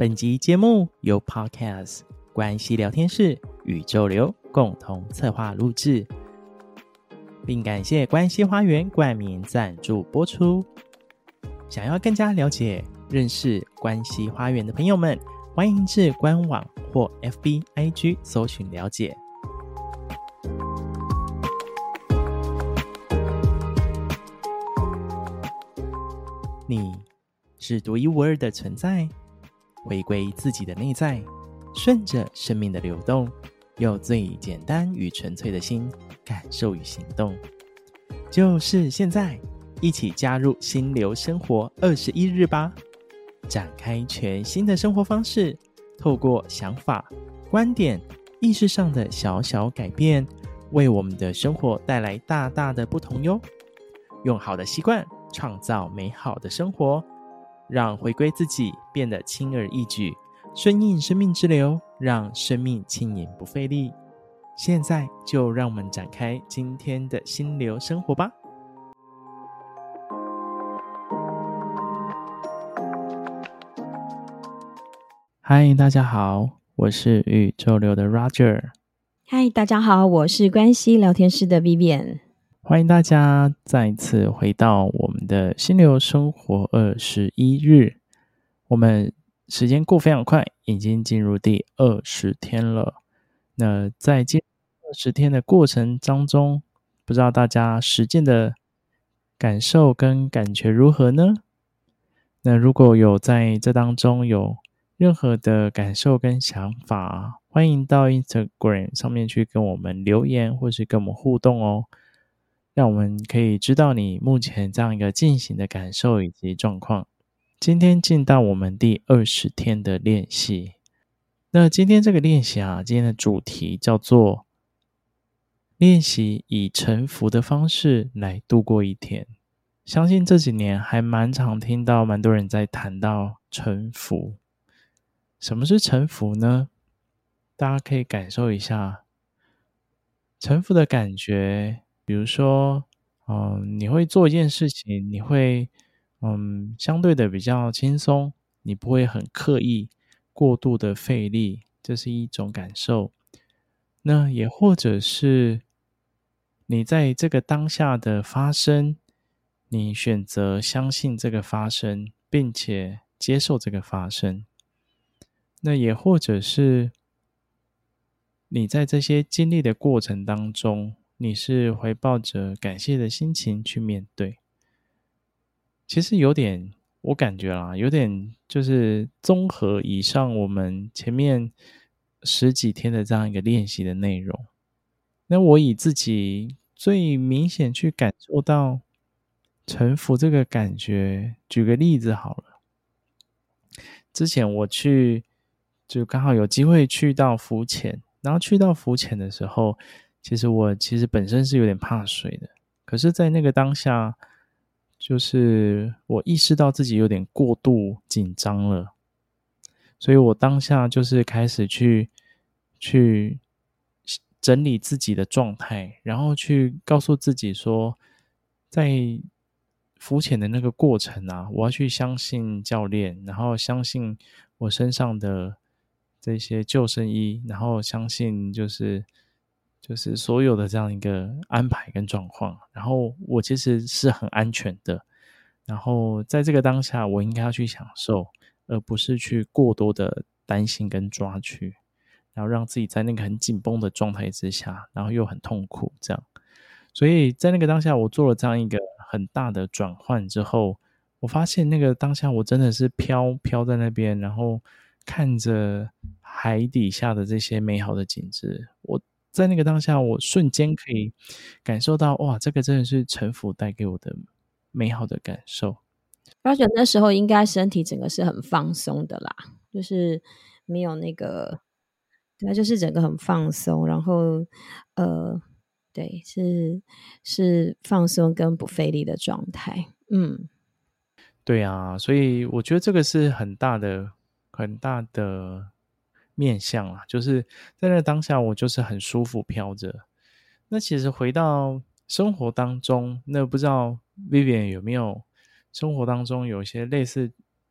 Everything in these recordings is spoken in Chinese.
本集节目由 Podcast 关系聊天室宇宙流共同策划录制，并感谢关系花园冠名赞助播出。想要更加了解认识关系花园的朋友们，欢迎至官网或 FB、IG 搜寻了解。你是独一无二的存在，回归自己的内在，顺着生命的流动，用最简单与纯粹的心感受与行动。就是现在，一起加入心流生活21日吧，展开全新的生活方式，透过想法、观点、意识上的小小改变，为我们的生活带来大大的不同哟。用好的习惯创造美好的生活，让回归自己变得轻而易举，顺应生命之流，让生命轻盈不费力。现在就让我们展开今天的心流生活吧。嗨，大家好，我是宇宙流的 Roger。 嗨，大家好，我是关系聊天室的 Vivian。 欢迎大家再次回到我们的心流生活21日。我们时间过非常快，已经进入第20天了。那在进入20天的过程当中，不知道大家实践的感受跟感觉如何呢？那如果有在这当中有任何的感受跟想法，欢迎到 Instagram 上面去跟我们留言，或是跟我们互动哦，让我们可以知道你目前这样一个进行的感受以及状况。今天进到我们第20天的练习。那今天这个练习今天的主题叫做练习以臣服的方式来度过一天。相信这几年还蛮常听到蛮多人在谈到臣服。什么是臣服呢？大家可以感受一下臣服的感觉。比如说你会做一件事情，你会相对的比较轻松，你不会很刻意过度的费力，这是一种感受。那也或者是你在这个当下的发生，你选择相信这个发生，并且接受这个发生。那也或者是你在这些经历的过程当中，你是怀抱着感谢的心情去面对。其实有点，我感觉有点就是综合以上我们前面10几天的这样一个练习的内容。那我以自己最明显去感受到臣服这个感觉，举个例子好了。之前我就刚好有机会去到浮潜，然后去到浮潜的时候，我本身是有点怕水的，可是在那个当下，就是我意识到自己有点过度紧张了，所以我当下就是开始去整理自己的状态，然后去告诉自己说，在浮潜的那个过程我要去相信教练，然后相信我身上的这些救生衣，然后相信就是所有的这样一个安排跟状况，然后我其实是很安全的，然后在这个当下我应该要去享受，而不是去过多的担心跟抓取，然后让自己在那个很紧绷的状态之下，然后又很痛苦这样。所以在那个当下我做了这样一个很大的转换之后，我发现那个当下我真的是飘在那边，然后看着海底下的这些美好的景致，我在那个当下我瞬间可以感受到，哇，这个真的是臣服带给我的美好的感受。 Roger 那时候应该身体整个是很放松的啦，就是没有那个，对，就是整个很放松，然后对，是放松跟不费力的状态。 对啊，所以我觉得这个是很大的面向啦，就是在那当下我就是很舒服飘着。那其实回到生活当中，那不知道 Vivian 有没有生活当中有一些类似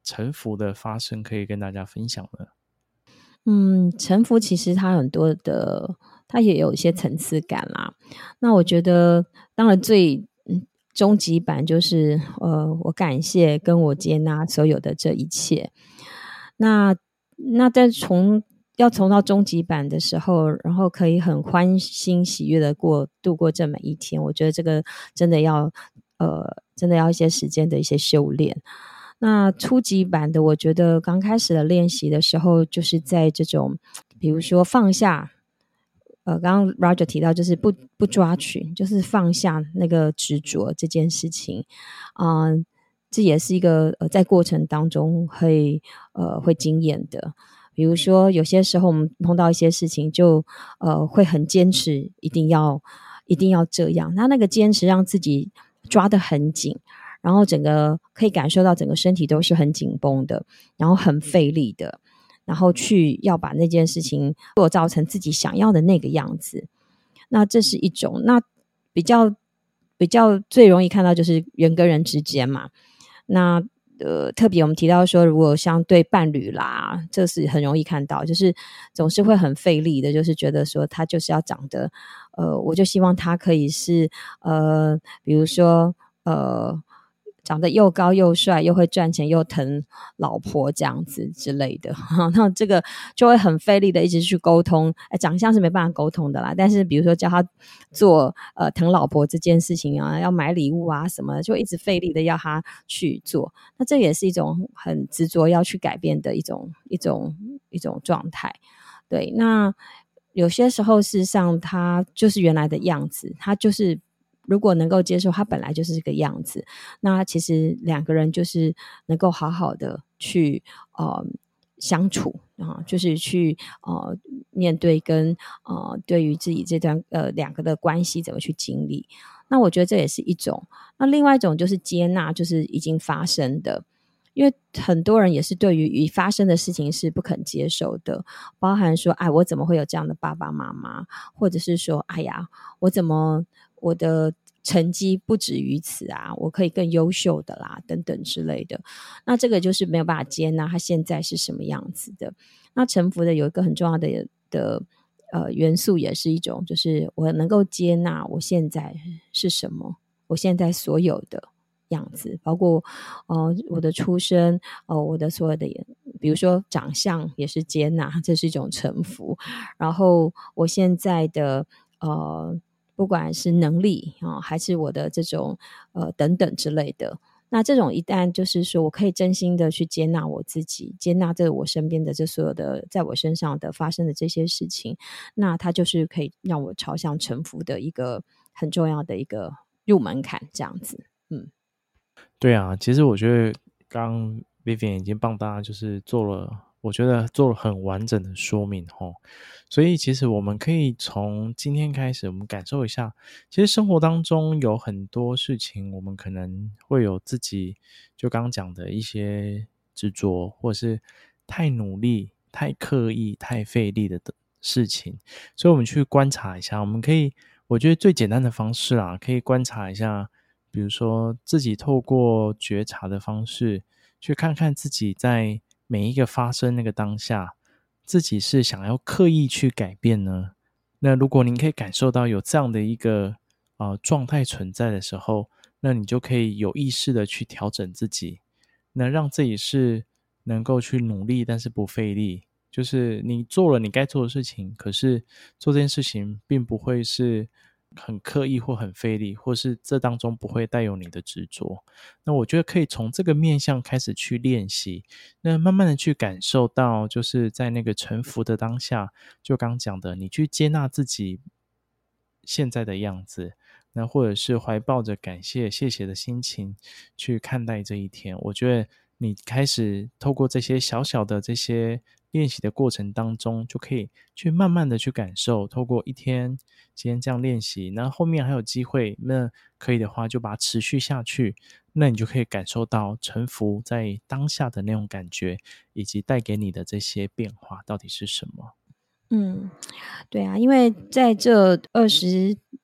臣服的发生可以跟大家分享呢？ 臣服其实它很多的，它也有一些层次感啦。那我觉得，当然终极版就是，我感谢跟我接纳所有的这一切。那在要从到终极版的时候，然后可以很欢欣喜悦的度过这每一天，我觉得这个真的要一些时间的一些修炼。那初级版的，我觉得刚开始的练习的时候，就是在这种，比如说放下，刚刚 Roger 提到，就是不抓取，就是放下那个执着这件事情，这也是一个在过程当中会经验的。比如说，有些时候我们碰到一些事情就，会很坚持，一定要这样。那个坚持让自己抓得很紧，然后整个可以感受到整个身体都是很紧绷的，然后很费力的，然后要把那件事情做造成自己想要的那个样子。那这是一种，那比较最容易看到就是人跟人之间嘛。那特别我们提到说，如果像对伴侣啦，这是很容易看到，就是总是会很费力的，就是觉得说他就是要长得，我就希望他可以是比如说长得又高又帅，又会赚钱，又疼老婆这样子之类的，那这个就会很费力的一直去沟通。长相是没办法沟通的啦，但是比如说叫他做疼老婆这件事情啊，要买礼物啊什么的，就一直费力的要他去做。那这也是一种很执着要去改变的一种状态。对，那有些时候事实上他就是原来的样子，他就是如果能够接受他本来就是这个样子，那其实两个人就是能够好好的去相处啊，就是去面对跟对于自己这段两个的关系怎么去经历。那我觉得这也是一种。那另外一种就是接纳，就是已经发生的。因为很多人也是对于已发生的事情是不肯接受的，包含说，哎，我怎么会有这样的爸爸妈妈，或者是说，哎呀，我的成绩不止于此啊，我可以更优秀的啦，等等之类的。那这个就是没有办法接纳他现在是什么样子的。那臣服的有一个很重要的元素，也是一种，就是我能够接纳我现在是什么，我现在所有的样子，包括我的出身，我的所有的，比如说长相也是接纳，这是一种臣服。然后我现在的不管是能力还是我的这种等等之类的。那这种一旦就是说我可以真心的去接纳我自己，接纳这我身边的这所有的在我身上的发生的这些事情，那它就是可以让我朝向臣服的一个很重要的一个入门槛，这样子。 对啊，其实我觉得刚 Vivian 已经帮大家就是我觉得做了很完整的说明齁。所以其实我们可以从今天开始，我们感受一下，其实生活当中有很多事情，我们可能会有自己就刚刚讲的一些执着，或是太努力、太刻意、太费力的事情。所以我们去观察一下，我觉得最简单的方式啦，可以观察一下，比如说自己透过觉察的方式，去看看自己在每一个发生那个当下，自己是想要刻意去改变呢？那如果您可以感受到有这样的一个状态存在的时候，那你就可以有意识的去调整自己，那让自己是能够去努力，但是不费力。就是你做了你该做的事情，可是做这件事情并不会是很刻意或很费力，或是这当中不会带有你的执着。那我觉得可以从这个面向开始去练习，那慢慢的去感受到，就是在那个臣服的当下，就刚讲的，你去接纳自己现在的样子，那或者是怀抱着感谢、谢谢的心情去看待这一天。我觉得你开始透过这些小小的这些练习的过程当中，就可以去慢慢的去感受，透过一天今天这样练习，那后面还有机会，那可以的话就把它持续下去，那你就可以感受到臣服在当下的那种感觉，以及带给你的这些变化到底是什么。 嗯，对啊，因为在这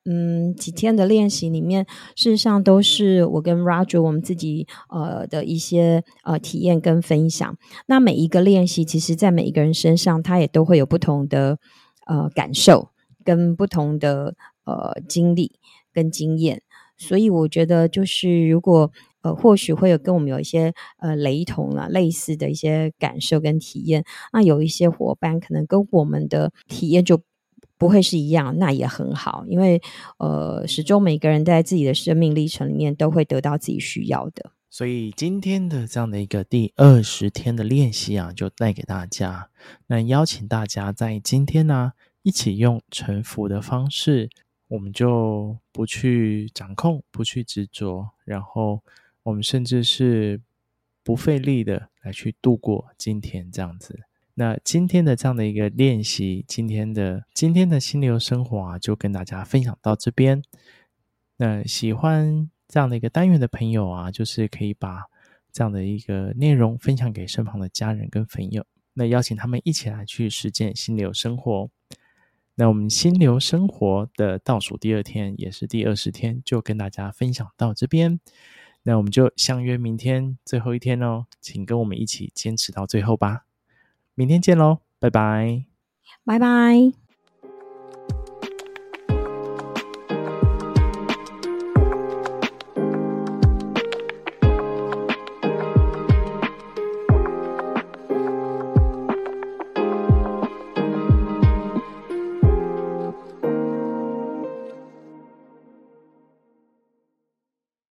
几天的练习里面，事实上都是我跟 Roger 我们自己的一些体验跟分享。那每一个练习，其实在每一个人身上，他也都会有不同的感受跟不同的经历跟经验。所以我觉得就是如果或许会跟我们有一些雷同啊类似的一些感受跟体验，那有一些伙伴可能跟我们的体验就不会是一样，那也很好，因为始终每个人在自己的生命历程里面都会得到自己需要的。 所以今天的这样的一个第20天的练习啊，就带给大家。那邀请大家在今天呢，一起用臣服的方式，我们就不去掌控，不去执着，然后我们甚至是不费力的来去度过今天这样子。那今天的这样的一个练习，今天的心流生活啊，就跟大家分享到这边。那喜欢这样的一个单元的朋友啊，就是可以把这样的一个内容分享给身旁的家人跟朋友，那邀请他们一起来去实践心流生活。那我们心流生活的倒数第2天，也是第20天，就跟大家分享到这边。那我们就相约明天最后一天哦，请跟我们一起坚持到最后吧。明天见咯，拜拜。 拜拜。